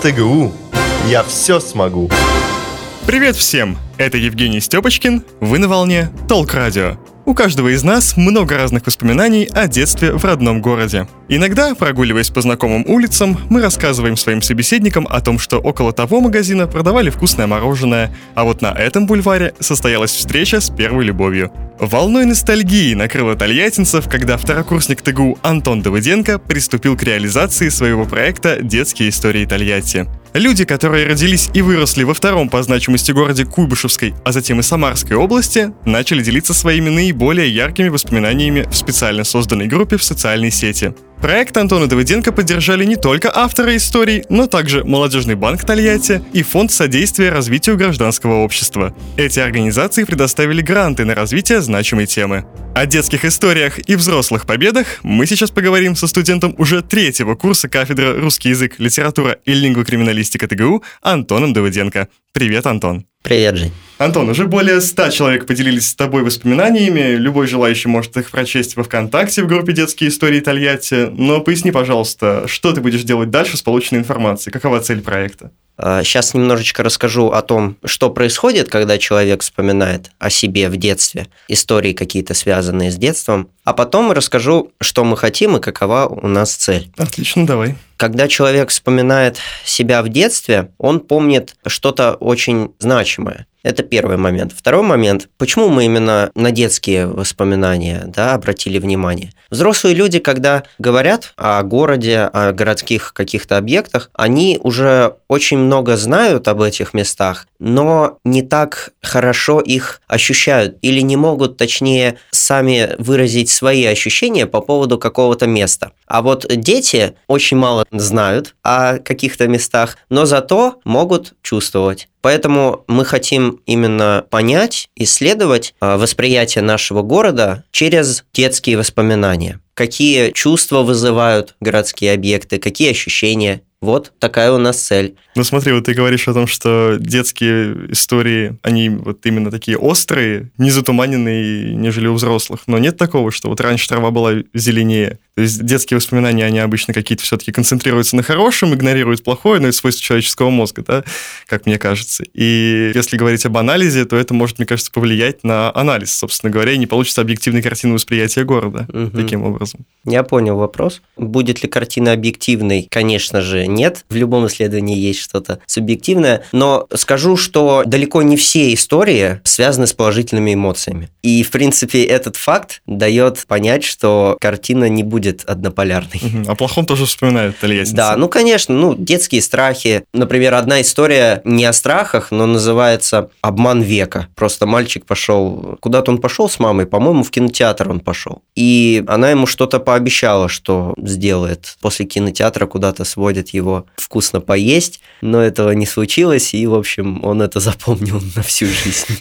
ТГУ. Я все смогу. Привет всем! Это Евгений Степочкин, вы на волне Толк Радио. У каждого из нас много разных воспоминаний о детстве в родном городе. Иногда, прогуливаясь по знакомым улицам, мы рассказываем своим собеседникам о том, что около того магазина продавали вкусное мороженое, а вот на этом бульваре состоялась встреча с первой любовью. Волной ностальгии накрыло тольяттинцев, когда второкурсник ТГУ Антон Давыденко приступил к реализации своего проекта «Детские истории Тольятти». Люди, которые родились и выросли во втором по значимости городе Куйбышевской, а затем и Самарской области, начали делиться своими наиболее яркими воспоминаниями в специально созданной группе в социальной сети. Проект Антона Давыденко поддержали не только авторы историй, но также Молодежный банк Тольятти и Фонд содействия развитию гражданского общества. Эти организации предоставили гранты на развитие значимой темы. О детских историях и взрослых победах мы сейчас поговорим со студентом уже 3-го курса кафедры «Русский язык, литература и лингвокриминалистика ТГУ» Антоном Давыденко. Привет, Антон. Привет, Жень. Антон, уже более 100 человек поделились с тобой воспоминаниями. Любой желающий может их прочесть во ВКонтакте в группе «Детские истории Тольятти». Но поясни, пожалуйста, что ты будешь делать дальше с полученной информацией? Какова цель проекта? Сейчас немножечко расскажу о том, что происходит, когда человек вспоминает о себе в детстве, истории какие-то связанные с детством, а потом расскажу, что мы хотим и какова у нас цель. Отлично, давай. Когда человек вспоминает себя в детстве, он помнит что-то очень значимое. Это первый момент. Второй момент. Почему мы именно на детские воспоминания обратили внимание? Взрослые люди, когда говорят о городе, о городских каких-то объектах, они уже очень много знают об этих местах, но не так хорошо их ощущают или не могут, точнее, сами выразить свои ощущения по поводу какого-то места. А вот дети очень мало знают о каких-то местах, но зато могут чувствовать. Поэтому мы хотим именно понять, исследовать восприятие нашего города через детские воспоминания. Какие чувства вызывают городские объекты, какие ощущения. Вот такая у нас цель. Ну смотри, вот ты говоришь о том, что детские истории, они вот именно такие острые, не затуманенные, нежели у взрослых. Но нет такого, что вот раньше трава была зеленее. То есть детские воспоминания, они обычно какие-то все-таки концентрируются на хорошем, игнорируют плохое, но это свойство человеческого мозга, да, как мне кажется. И если говорить об анализе, то это может, мне кажется, повлиять на анализ, собственно говоря, и не получится объективной картины восприятия города таким образом. Я понял вопрос. Будет ли картина объективной? Конечно же, нет. В любом исследовании есть что-то субъективное. Но скажу, что далеко не все истории связаны с положительными эмоциями. И, в принципе, этот факт дает понять, что картина не будет однополярной. О плохом тоже вспоминают тольяттинцы. Да, ну, конечно, детские страхи. Например, одна история не о страхах, но называется «Обман века». Просто мальчик пошел... Куда-то он пошел с мамой, по-моему, в кинотеатр он пошел. И она ему что-то пообещала, что сделает. После кинотеатра куда-то сводит его вкусно поесть, но этого не случилось, и, в общем, он это запомнил на всю жизнь.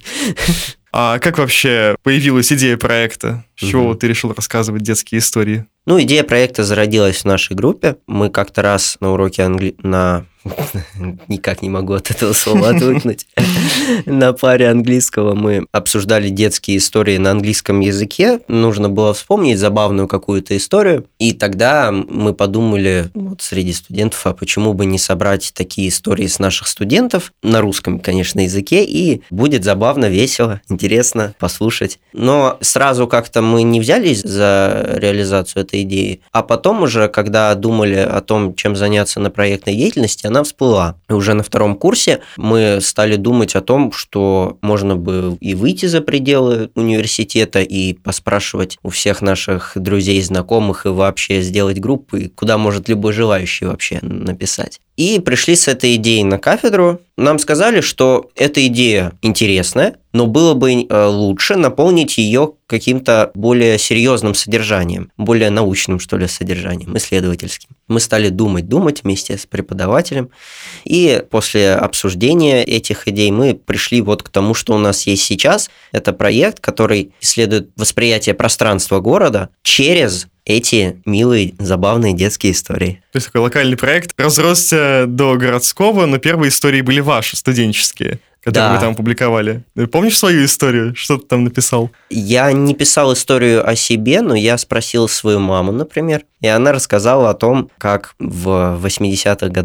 А как вообще появилась идея проекта? С чего ты решил рассказывать детские истории? Идея проекта зародилась в нашей группе. Мы как-то раз на уроке никак не могу от этого слова отвыкнуть. На паре английского мы обсуждали детские истории на английском языке. Нужно было вспомнить забавную какую-то историю. И тогда мы подумали среди студентов, а почему бы не собрать такие истории с наших студентов на русском, конечно, языке, и будет забавно, весело, интересно послушать. Но сразу как-то мы не взялись за реализацию этой идеи, а потом уже, когда думали о том, чем заняться на проектной деятельности, она всплыла. И уже на 2-м курсе мы стали думать о том, что можно бы и выйти за пределы университета, и поспрашивать у всех наших друзей, знакомых, и вообще сделать группу, и куда может любой желающий вообще написать. И пришли с этой идеей на кафедру. Нам сказали, что эта идея интересная, но было бы лучше наполнить ее каким-то более серьезным содержанием, более научным, что ли, содержанием, исследовательским. Мы стали думать вместе с преподавателем, и после обсуждения этих идей мы пришли к тому, что у нас есть сейчас. Это проект, который исследует восприятие пространства города через эти милые, забавные детские истории. То есть такой локальный проект разросся до городского, но первые истории были ваши, студенческие, которые вы там публиковали. Помнишь свою историю? Что ты там написал? Я не писал историю о себе, но я спросил свою маму, например, и она рассказала о том, как в 80-х годах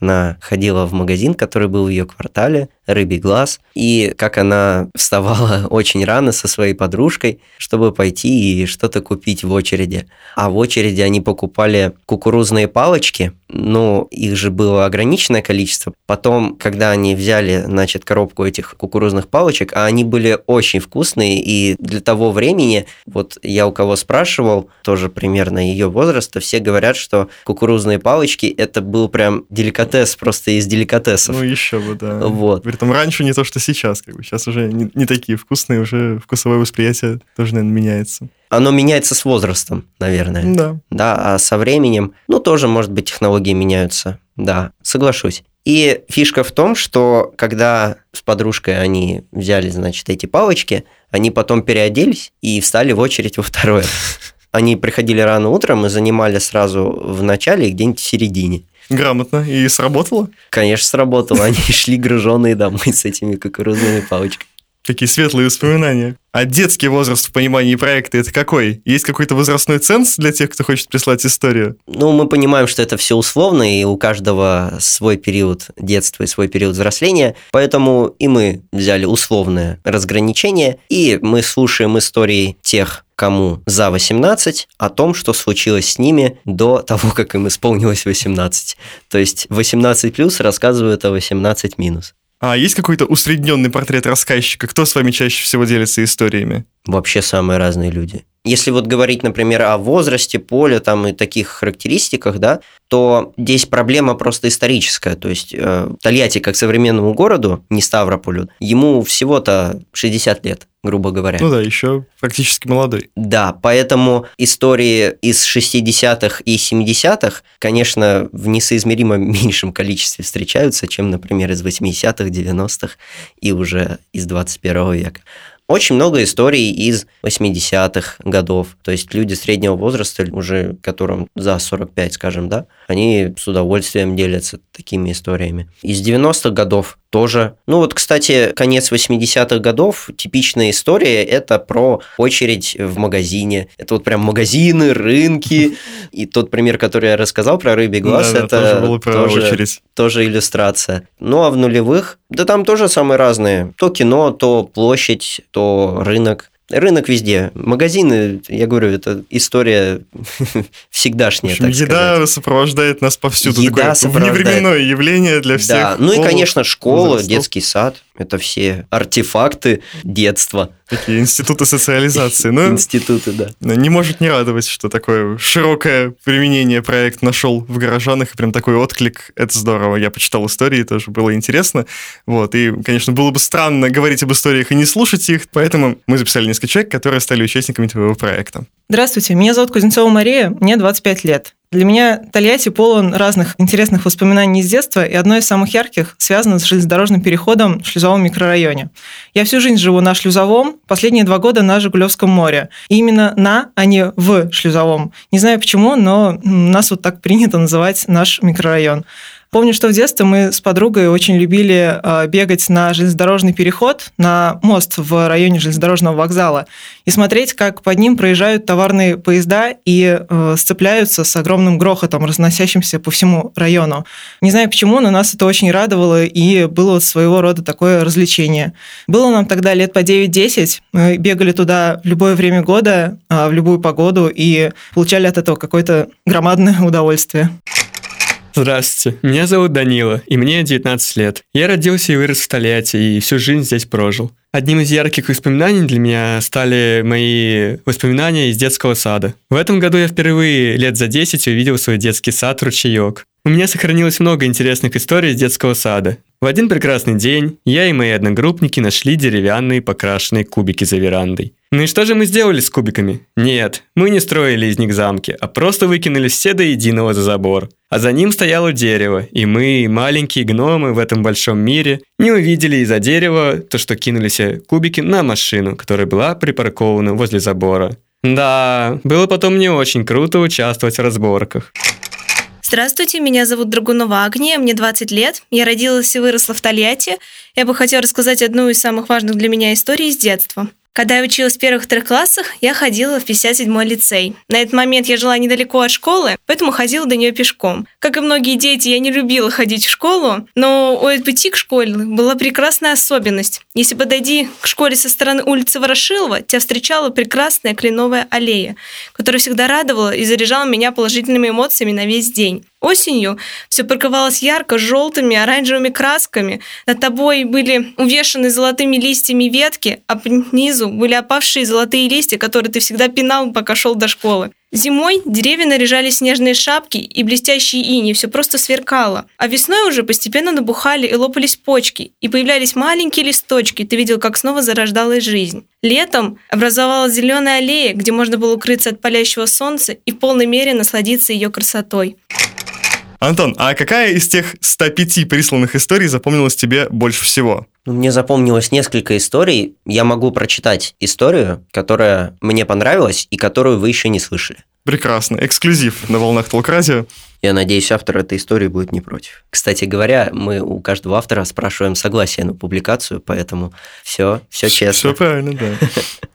Она ходила в магазин, который был в ее квартале, «Рыбий глаз», и как она вставала очень рано со своей подружкой, чтобы пойти и что-то купить в очереди. А в очереди они покупали кукурузные палочки, но их же было ограниченное количество. Потом, когда они взяли, значит, коробку этих кукурузных палочек, а они были очень вкусные, и для того времени, вот я у кого спрашивал, тоже примерно ее возраста, все говорят, что кукурузные палочки – это был прям деликатес, просто из деликатесов. Ну, еще бы, да. Вот. При этом раньше не то, что сейчас. Сейчас уже не такие вкусные, уже вкусовое восприятие тоже, наверное, меняется. Оно меняется с возрастом, наверное. Да. Да, а со временем, тоже, может быть, технологии меняются. Да, соглашусь. И фишка в том, что когда с подружкой они взяли, значит, эти палочки, они потом переоделись и встали в очередь во второй. Они приходили рано утром и занимали сразу в начале и где-нибудь в середине. Грамотно. И сработало? Конечно, сработало. Они шли груженые домой с этими кукурузными палочками. Какие светлые воспоминания. А детский возраст в понимании проекта – это какой? Есть какой-то возрастной ценз для тех, кто хочет прислать историю? Мы понимаем, что это все условно, и у каждого свой период детства и свой период взросления, поэтому и мы взяли условное разграничение, и мы слушаем истории тех, кому за 18, о том, что случилось с ними до того, как им исполнилось 18. То есть 18+ рассказывают о 18-. А есть какой-то усредненный портрет рассказчика? Кто с вами чаще всего делится историями? Вообще самые разные люди. Если вот говорить, например, о возрасте, поле там и таких характеристиках, да, то здесь проблема просто историческая. То есть Тольятти как современному городу, не Ставрополю, ему всего-то 60 лет, грубо говоря. Ну да, еще практически молодой. Да, поэтому истории из 60-х и 70-х, конечно, в несоизмеримо меньшем количестве встречаются, чем, например, из 80-х, 90-х и уже из 21 века. Очень много историй из 80-х годов. То есть люди среднего возраста, уже которым за 45, скажем, да, они с удовольствием делятся такими историями. Из 90-х годов тоже. Кстати, конец 80-х годов, типичная история – это про очередь в магазине. Это вот прям магазины, рынки. И тот пример, который я рассказал про «Рыбий глаз», это тоже иллюстрация. А в нулевых, да там тоже самые разные. То кино, то площадь, то рынок. Рынок везде. Магазины, я говорю, это история всегдашняя, так сказать. Еда сопровождает нас повсюду. Такое вневременное явление для всех. Да, и, конечно, школа, детский сад. Это все артефакты детства. Такие институты социализации. Институты, да. Не может не радовать, что такое широкое применение проект нашел в горожанах, и прям такой отклик. Это здорово. Я почитал истории, тоже было интересно. И, конечно, было бы странно говорить об историях и не слушать их, поэтому мы записали несколько человек, которые стали участниками твоего проекта. Здравствуйте, меня зовут Кузнецова Мария, мне 25 лет. Для меня Тольятти полон разных интересных воспоминаний из детства, и одно из самых ярких связано с железнодорожным переходом в Шлюзовом микрорайоне. Я всю жизнь живу на Шлюзовом, последние 2 года на Жигулевском море. И именно а не в Шлюзовом. Не знаю почему, но нас вот так принято называть наш микрорайон. Помню, что в детстве мы с подругой очень любили бегать на железнодорожный переход, на мост в районе железнодорожного вокзала, и смотреть, как под ним проезжают товарные поезда и сцепляются с огромным грохотом, разносящимся по всему району. Не знаю почему, но нас это очень радовало, и было своего рода такое развлечение. Было нам тогда лет по 9-10, мы бегали туда в любое время года, в любую погоду, и получали от этого какое-то громадное удовольствие. Здравствуйте, меня зовут Данила, и мне 19 лет. Я родился и вырос в Тольятти, и всю жизнь здесь прожил. Одним из ярких воспоминаний для меня стали мои воспоминания из детского сада. В этом году я впервые лет за 10 увидел свой детский сад «Ручеек». У меня сохранилось много интересных историй из детского сада. В один прекрасный день я и мои одногруппники нашли деревянные покрашенные кубики за верандой. Ну и что же мы сделали с кубиками? Нет, мы не строили из них замки, а просто выкинули все до единого за забор. А за ним стояло дерево, и мы, маленькие гномы в этом большом мире, не увидели из-за дерева то, что кинули все кубики на машину, которая была припаркована возле забора. Да, было потом не очень круто участвовать в разборках. Здравствуйте, меня зовут Драгунова Агния, мне 20 лет, я родилась и выросла в Тольятти. Я бы хотела рассказать одну из самых важных для меня историй из детства. Когда я училась в первых-вторых классах, я ходила в 57-й лицей. На этот момент я жила недалеко от школы, поэтому ходила до нее пешком. Как и многие дети, я не любила ходить в школу, но у пути к школе была прекрасная особенность. Если подойти к школе со стороны улицы Ворошилова, тебя встречала прекрасная кленовая аллея, которая всегда радовала и заряжала меня положительными эмоциями на весь день. Осенью все парковалось ярко-желтыми, оранжевыми красками. Над тобой были увешаны золотыми листьями ветки, а снизу были опавшие золотые листья, которые ты всегда пинал, пока шел до школы. Зимой деревья наряжали снежные шапки и блестящие иней, все просто сверкало. А весной уже постепенно набухали и лопались почки, и появлялись маленькие листочки, ты видел, как снова зарождалась жизнь. Летом образовалась зеленая аллея, где можно было укрыться от палящего солнца и в полной мере насладиться ее красотой. Антон, а какая из тех 105 присланных историй запомнилась тебе больше всего? Мне запомнилось несколько историй. Я могу прочитать историю, которая мне понравилась и которую вы еще не слышали. Прекрасно. Эксклюзив на волнах Толк-радио. Я надеюсь, автор этой истории будет не против. Кстати говоря, мы у каждого автора спрашиваем согласие на публикацию, поэтому все честно. Все правильно, да.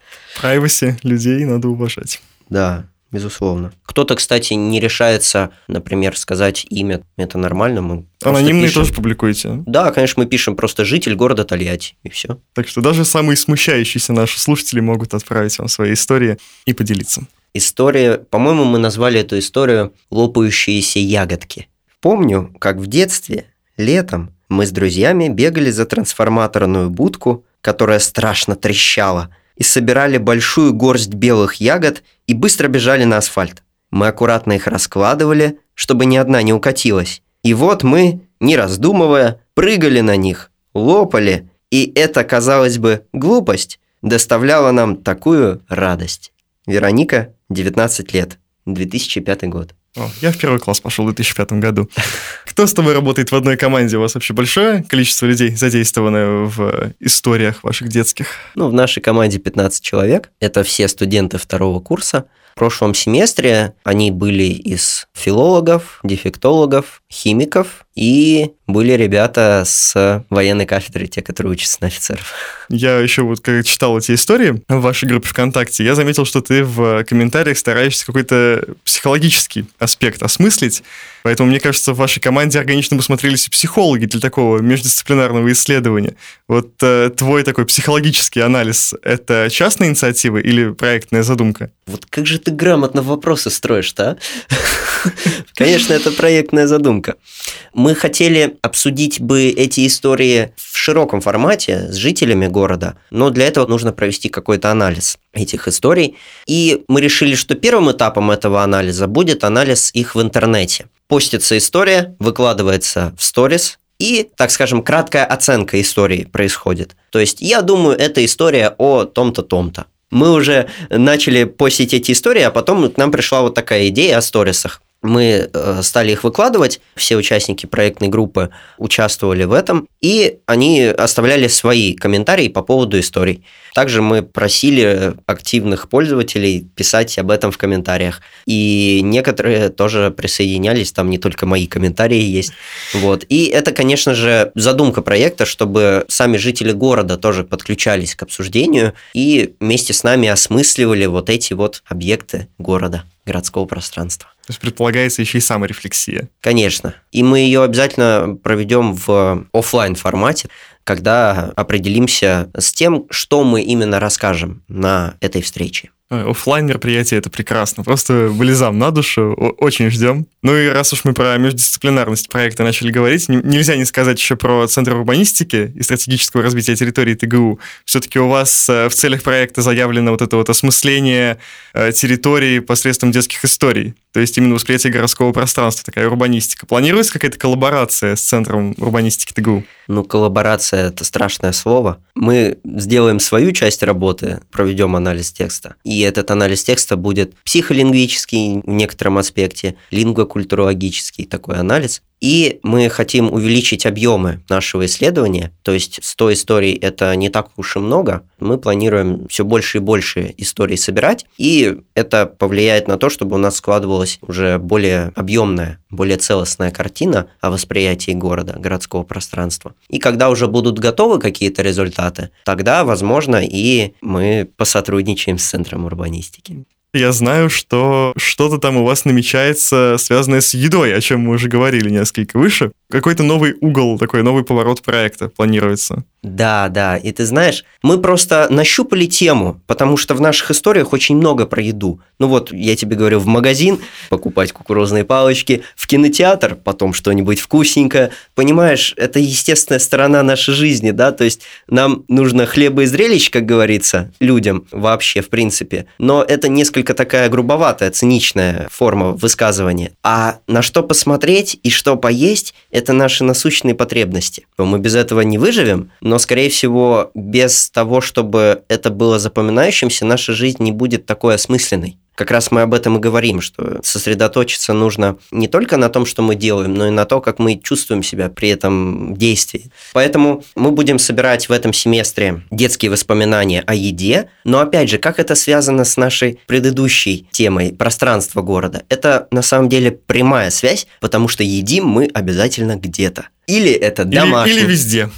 Privacy людей надо уважать. Да. Безусловно. Кто-то, кстати, не решается, например, сказать имя. Это нормально. Мы анонимные тоже публикуете? Да, конечно, мы пишем просто житель города Тольятти, и все. Так что даже самые смущающиеся наши слушатели могут отправить вам свои истории и поделиться. История, по-моему, мы назвали эту историю «Лопающиеся ягодки». Помню, как в детстве, летом, мы с друзьями бегали за трансформаторную будку, которая страшно трещала, и собирали большую горсть белых ягод и быстро бежали на асфальт. Мы аккуратно их раскладывали, чтобы ни одна не укатилась. И вот мы, не раздумывая, прыгали на них, лопали, и эта, казалось бы, глупость доставляла нам такую радость. Вероника, 19 лет, 2005 год. Я в первый класс пошел в 2005 году. Кто с тобой работает в одной команде? У вас вообще большое количество людей задействовано в историях ваших детских? В нашей команде 15 человек. Это все студенты второго курса. В прошлом семестре они были из филологов, дефектологов, химиков, и были ребята с военной кафедры, те, которые учатся на офицеров. Я еще когда читал эти истории в вашей группе ВКонтакте, я заметил, что ты в комментариях стараешься какой-то психологический аспект осмыслить, поэтому, мне кажется, в вашей команде органично бы смотрелись и психологи для такого междисциплинарного исследования. Вот твой такой психологический анализ – это частная инициатива или проектная задумка? Вот как же ты грамотно вопросы строишь-то, а? Конечно, это проектная задумка. Мы хотели обсудить бы эти истории в широком формате с жителями города, но для этого нужно провести какой-то анализ этих историй. И мы решили, что первым этапом этого анализа будет анализ их в интернете. Постится история, выкладывается в сторис, и, так скажем, краткая оценка истории происходит. То есть, я думаю, это история о том-то, том-то. Мы уже начали постить эти истории, а потом к нам пришла вот такая идея о сторисах. Мы стали их выкладывать, все участники проектной группы участвовали в этом, и они оставляли свои комментарии по поводу историй. Также мы просили активных пользователей писать об этом в комментариях. И некоторые тоже присоединялись, там не только мои комментарии есть. Вот. И это, конечно же, задумка проекта, чтобы сами жители города тоже подключались к обсуждению и вместе с нами осмысливали вот эти вот объекты города, городского пространства. То есть предполагается еще и саморефлексия. Конечно. И мы ее обязательно проведем в офлайн формате, когда определимся с тем, что мы именно расскажем на этой встрече. Оффлайн мероприятие – это прекрасно. Просто вылезам на душу, очень ждем. Ну и раз уж мы про междисциплинарность проекта начали говорить, нельзя не сказать еще про Центр урбанистики и стратегического развития территории ТГУ. Все-таки у вас в целях проекта заявлено вот это вот осмысление территории посредством детских историй. То есть именно восприятие городского пространства, такая урбанистика. Планируется какая-то коллаборация с Центром урбанистики ТГУ? Коллаборация – это страшное слово. Мы сделаем свою часть работы, проведем анализ текста. И этот анализ текста будет психолингвический в некотором аспекте, лингвокультурологический такой анализ. И мы хотим увеличить объемы нашего исследования, то есть 100 историй – это не так уж и много. Мы планируем все больше и больше историй собирать, и это повлияет на то, чтобы у нас складывалась уже более объемная, более целостная картина о восприятии города, городского пространства. И когда уже будут готовы какие-то результаты, тогда, возможно, и мы посотрудничаем с Центром урбанистики. Я знаю, что что-то там у вас намечается, связанное с едой, о чем мы уже говорили несколько выше. Какой-то новый угол, такой новый поворот проекта планируется. Да, и ты знаешь, мы просто нащупали тему, потому что в наших историях очень много про еду. Ну вот, я тебе говорю, в магазин покупать кукурузные палочки, в кинотеатр потом что-нибудь вкусненькое. Понимаешь, это естественная сторона нашей жизни, да, то есть нам нужно хлеба и зрелищ, как говорится, людям вообще, в принципе, но это несколько такая грубоватая, циничная форма высказывания. А на что посмотреть и что поесть – это наши насущные потребности. Мы без этого не выживем, но, скорее всего, без того, чтобы это было запоминающимся, наша жизнь не будет такой осмысленной. Как раз мы об этом и говорим, что сосредоточиться нужно не только на том, что мы делаем, но и на то, как мы чувствуем себя при этом действии. Поэтому мы будем собирать в этом семестре детские воспоминания о еде, но опять же, как это связано с нашей предыдущей темой пространства города? Это на самом деле прямая связь, потому что едим мы обязательно где-то. Или это домашний... Или везде.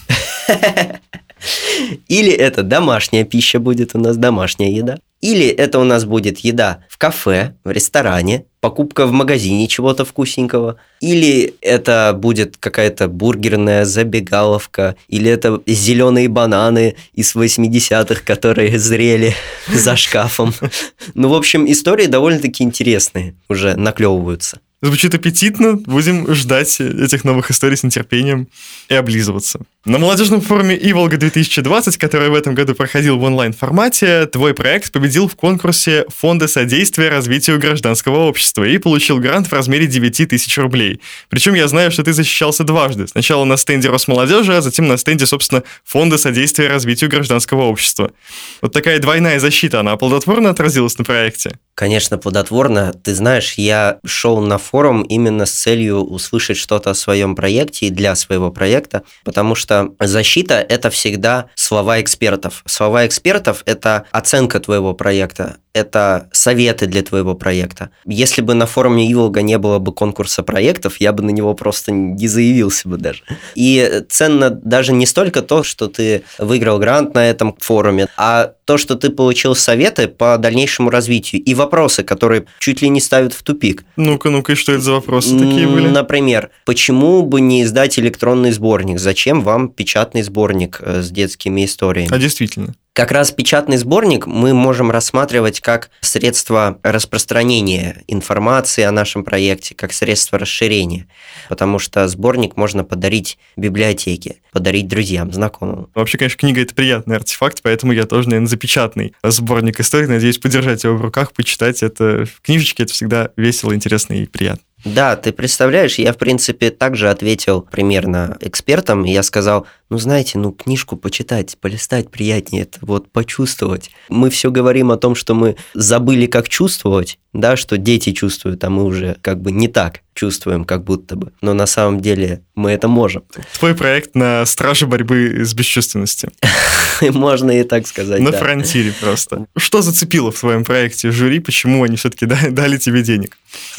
Или это домашняя пища будет у нас, домашняя еда. Или это у нас будет еда в кафе, в ресторане, покупка в магазине чего-то вкусненького. Или это будет какая-то бургерная забегаловка. Или это зеленые бананы из 80-х, которые зрели за шкафом. Ну, в общем, истории довольно-таки интересные уже наклевываются. Звучит аппетитно. Будем ждать этих новых историй с нетерпением и облизываться. На молодежном форуме Иволга 2020, который в этом году проходил в онлайн-формате, твой проект победил в конкурсе Фонда содействия развитию гражданского общества и получил грант в размере 9000 рублей. Причем я знаю, что ты защищался дважды. Сначала на стенде Росмолодежи, а затем на стенде, собственно, Фонда содействия развитию гражданского общества. Вот такая двойная защита, она плодотворно отразилась на проекте? Конечно, плодотворно. Ты знаешь, я шел на форум именно с целью услышать что-то о своем проекте и для своего проекта, потому что защита – это всегда слова экспертов. Слова экспертов – это оценка твоего проекта, это советы для твоего проекта. Если бы на форуме Иволга не было бы конкурса проектов, я бы на него просто не заявился бы даже. И ценно даже не столько то, что ты выиграл грант на этом форуме, а то, что ты получил советы по дальнейшему развитию и вопросы, которые чуть ли не ставят в тупик. Ну-ка, и что это за вопросы такие были? Например, почему бы не издать электронный сборник? Зачем вам печатный сборник с детскими историями? А действительно. Как раз печатный сборник мы можем рассматривать как средство распространения информации о нашем проекте, как средство расширения, потому что сборник можно подарить библиотеке, подарить друзьям, знакомым. Вообще, конечно, книга – это приятный артефакт, поэтому я тоже, наверное, за печатный сборник историй. Надеюсь, подержать его в руках, почитать это. Книжечки – это всегда весело, интересно и приятно. Да, ты представляешь, я, в принципе, также ответил примерно экспертам, и я сказал, знаете, книжку почитать, полистать приятнее, это вот почувствовать. Мы все говорим о том, что мы забыли, как чувствовать, да, что дети чувствуют, а мы уже как бы не так чувствуем, как будто бы. Но на самом деле мы это можем. Твой проект на страже борьбы с бесчувственностью. Можно и так сказать, на фронтире просто. Что зацепило в твоем проекте жюри, почему они все-таки дали тебе денег?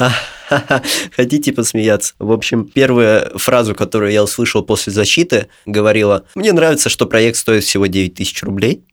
Хотите посмеяться? В общем, первую фразу, которую я услышал после защиты, говорила: мне нравится, что проект стоит всего 9000 рублей.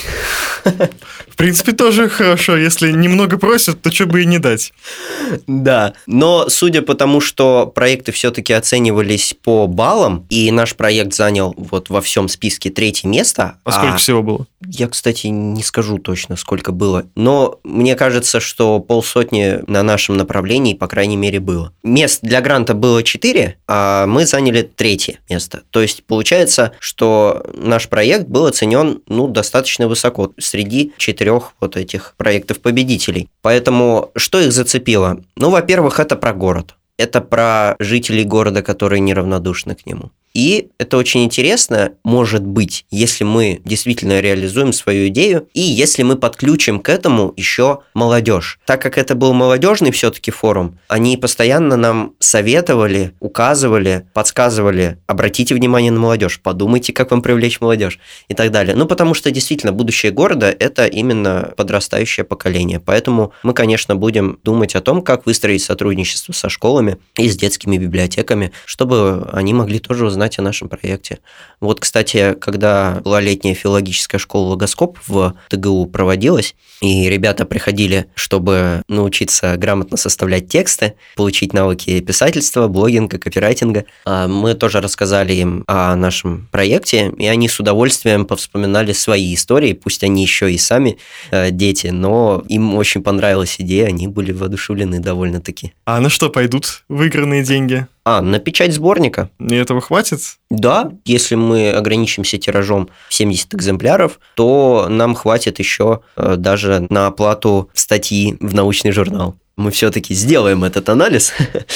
В принципе, тоже хорошо. Если немного просят, то что бы и не дать. Да, но судя по тому, что проекты все-таки оценивались по баллам, и наш проект занял вот во всем списке 3-е место. А сколько всего было? Я, кстати, не скажу точно, сколько было. Но мне кажется, что 500 на нашем направлении, по крайней мере, было. Мест для гранта было 4, а мы заняли 3-е место. То есть, получается, что наш проект был оценен, достаточно высоко среди 4 вот этих проектов-победителей. Поэтому что их зацепило? Во-первых, это про город. Это про жителей города, которые неравнодушны к нему. И это очень интересно, может быть, если мы действительно реализуем свою идею, и если мы подключим к этому еще молодежь. Так как это был молодежный все-таки форум, они постоянно нам советовали, указывали, подсказывали: обратите внимание на молодежь, подумайте, как вам привлечь молодежь и так далее. Потому что действительно будущее города – это именно подрастающее поколение. Поэтому мы, конечно, будем думать о том, как выстроить сотрудничество со школами и с детскими библиотеками, чтобы они могли тоже узнать о нашем проекте. Вот, кстати, когда была летняя филологическая школа «Логоскоп» в ТГУ проводилась, и ребята приходили, чтобы научиться грамотно составлять тексты, получить навыки писательства, блогинга, копирайтинга, мы тоже рассказали им о нашем проекте, и они с удовольствием повспоминали свои истории, пусть они еще и сами дети, но им очень понравилась идея, они были воодушевлены довольно-таки. А на что пойдут выигранные деньги? На печать сборника. И этого хватит? Да, если мы ограничимся тиражом 70 экземпляров, то нам хватит еще даже на оплату статьи в научный журнал. Мы все-таки сделаем этот анализ.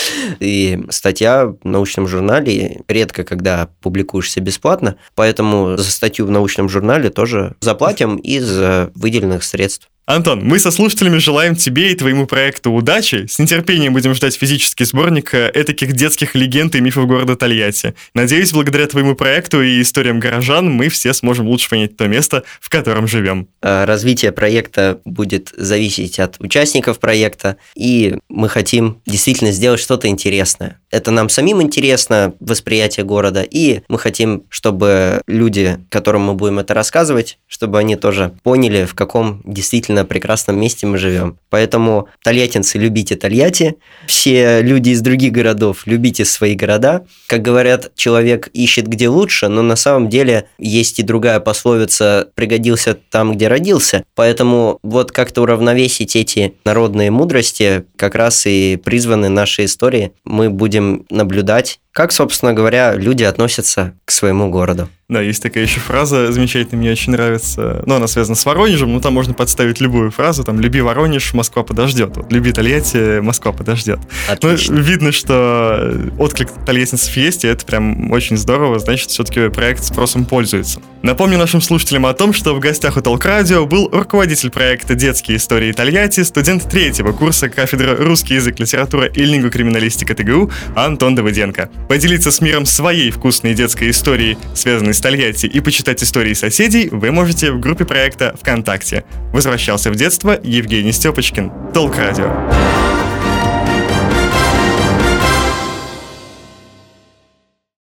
И статья в научном журнале редко когда публикуешься бесплатно, поэтому за статью в научном журнале тоже заплатим из выделенных средств. Антон, мы со слушателями желаем тебе и твоему проекту удачи. С нетерпением будем ждать физический сборник этаких детских легенд и мифов города Тольятти. Надеюсь, благодаря твоему проекту и историям горожан мы все сможем лучше понять то место, в котором живем. Развитие проекта будет зависеть от участников проекта, и мы хотим действительно сделать что-то интересное. Это нам самим интересно, восприятие города, и мы хотим, чтобы люди, которым мы будем это рассказывать, чтобы они тоже поняли, в каком действительно прекрасном месте мы живем. Поэтому, тольяттинцы, любите Тольятти, все люди из других городов, любите свои города. Как говорят, человек ищет где лучше, но на самом деле есть и другая пословица: пригодился там, где родился. Поэтому вот как-то уравновесить эти народные мудрости как раз и призваны наши истории. Мы будем наблюдать, как, собственно говоря, люди относятся к своему городу. Да, есть такая еще фраза замечательная, мне очень нравится. Но она связана с Воронежем, но там можно подставить любую фразу. Там: люби Воронеж, Москва подождет. Вот, люби Тольятти, Москва подождет. Отлично. Ну, видно, что отклик тольяттинцев есть, и это прям очень здорово. Значит, все-таки проект спросом пользуется. Напомню нашим слушателям о том, что в гостях у Толк-радио был руководитель проекта «Детские истории Тольятти», студент 3-го курса кафедры «Русский язык, литература и лингвокриминалистика» ТГУ Антон Давыденко. Поделиться с миром своей вкусной детской историей, связанной с Тольятти, и почитать истории соседей вы можете в группе проекта ВКонтакте. Возвращался в детство Евгений Степочкин. Толк-радио.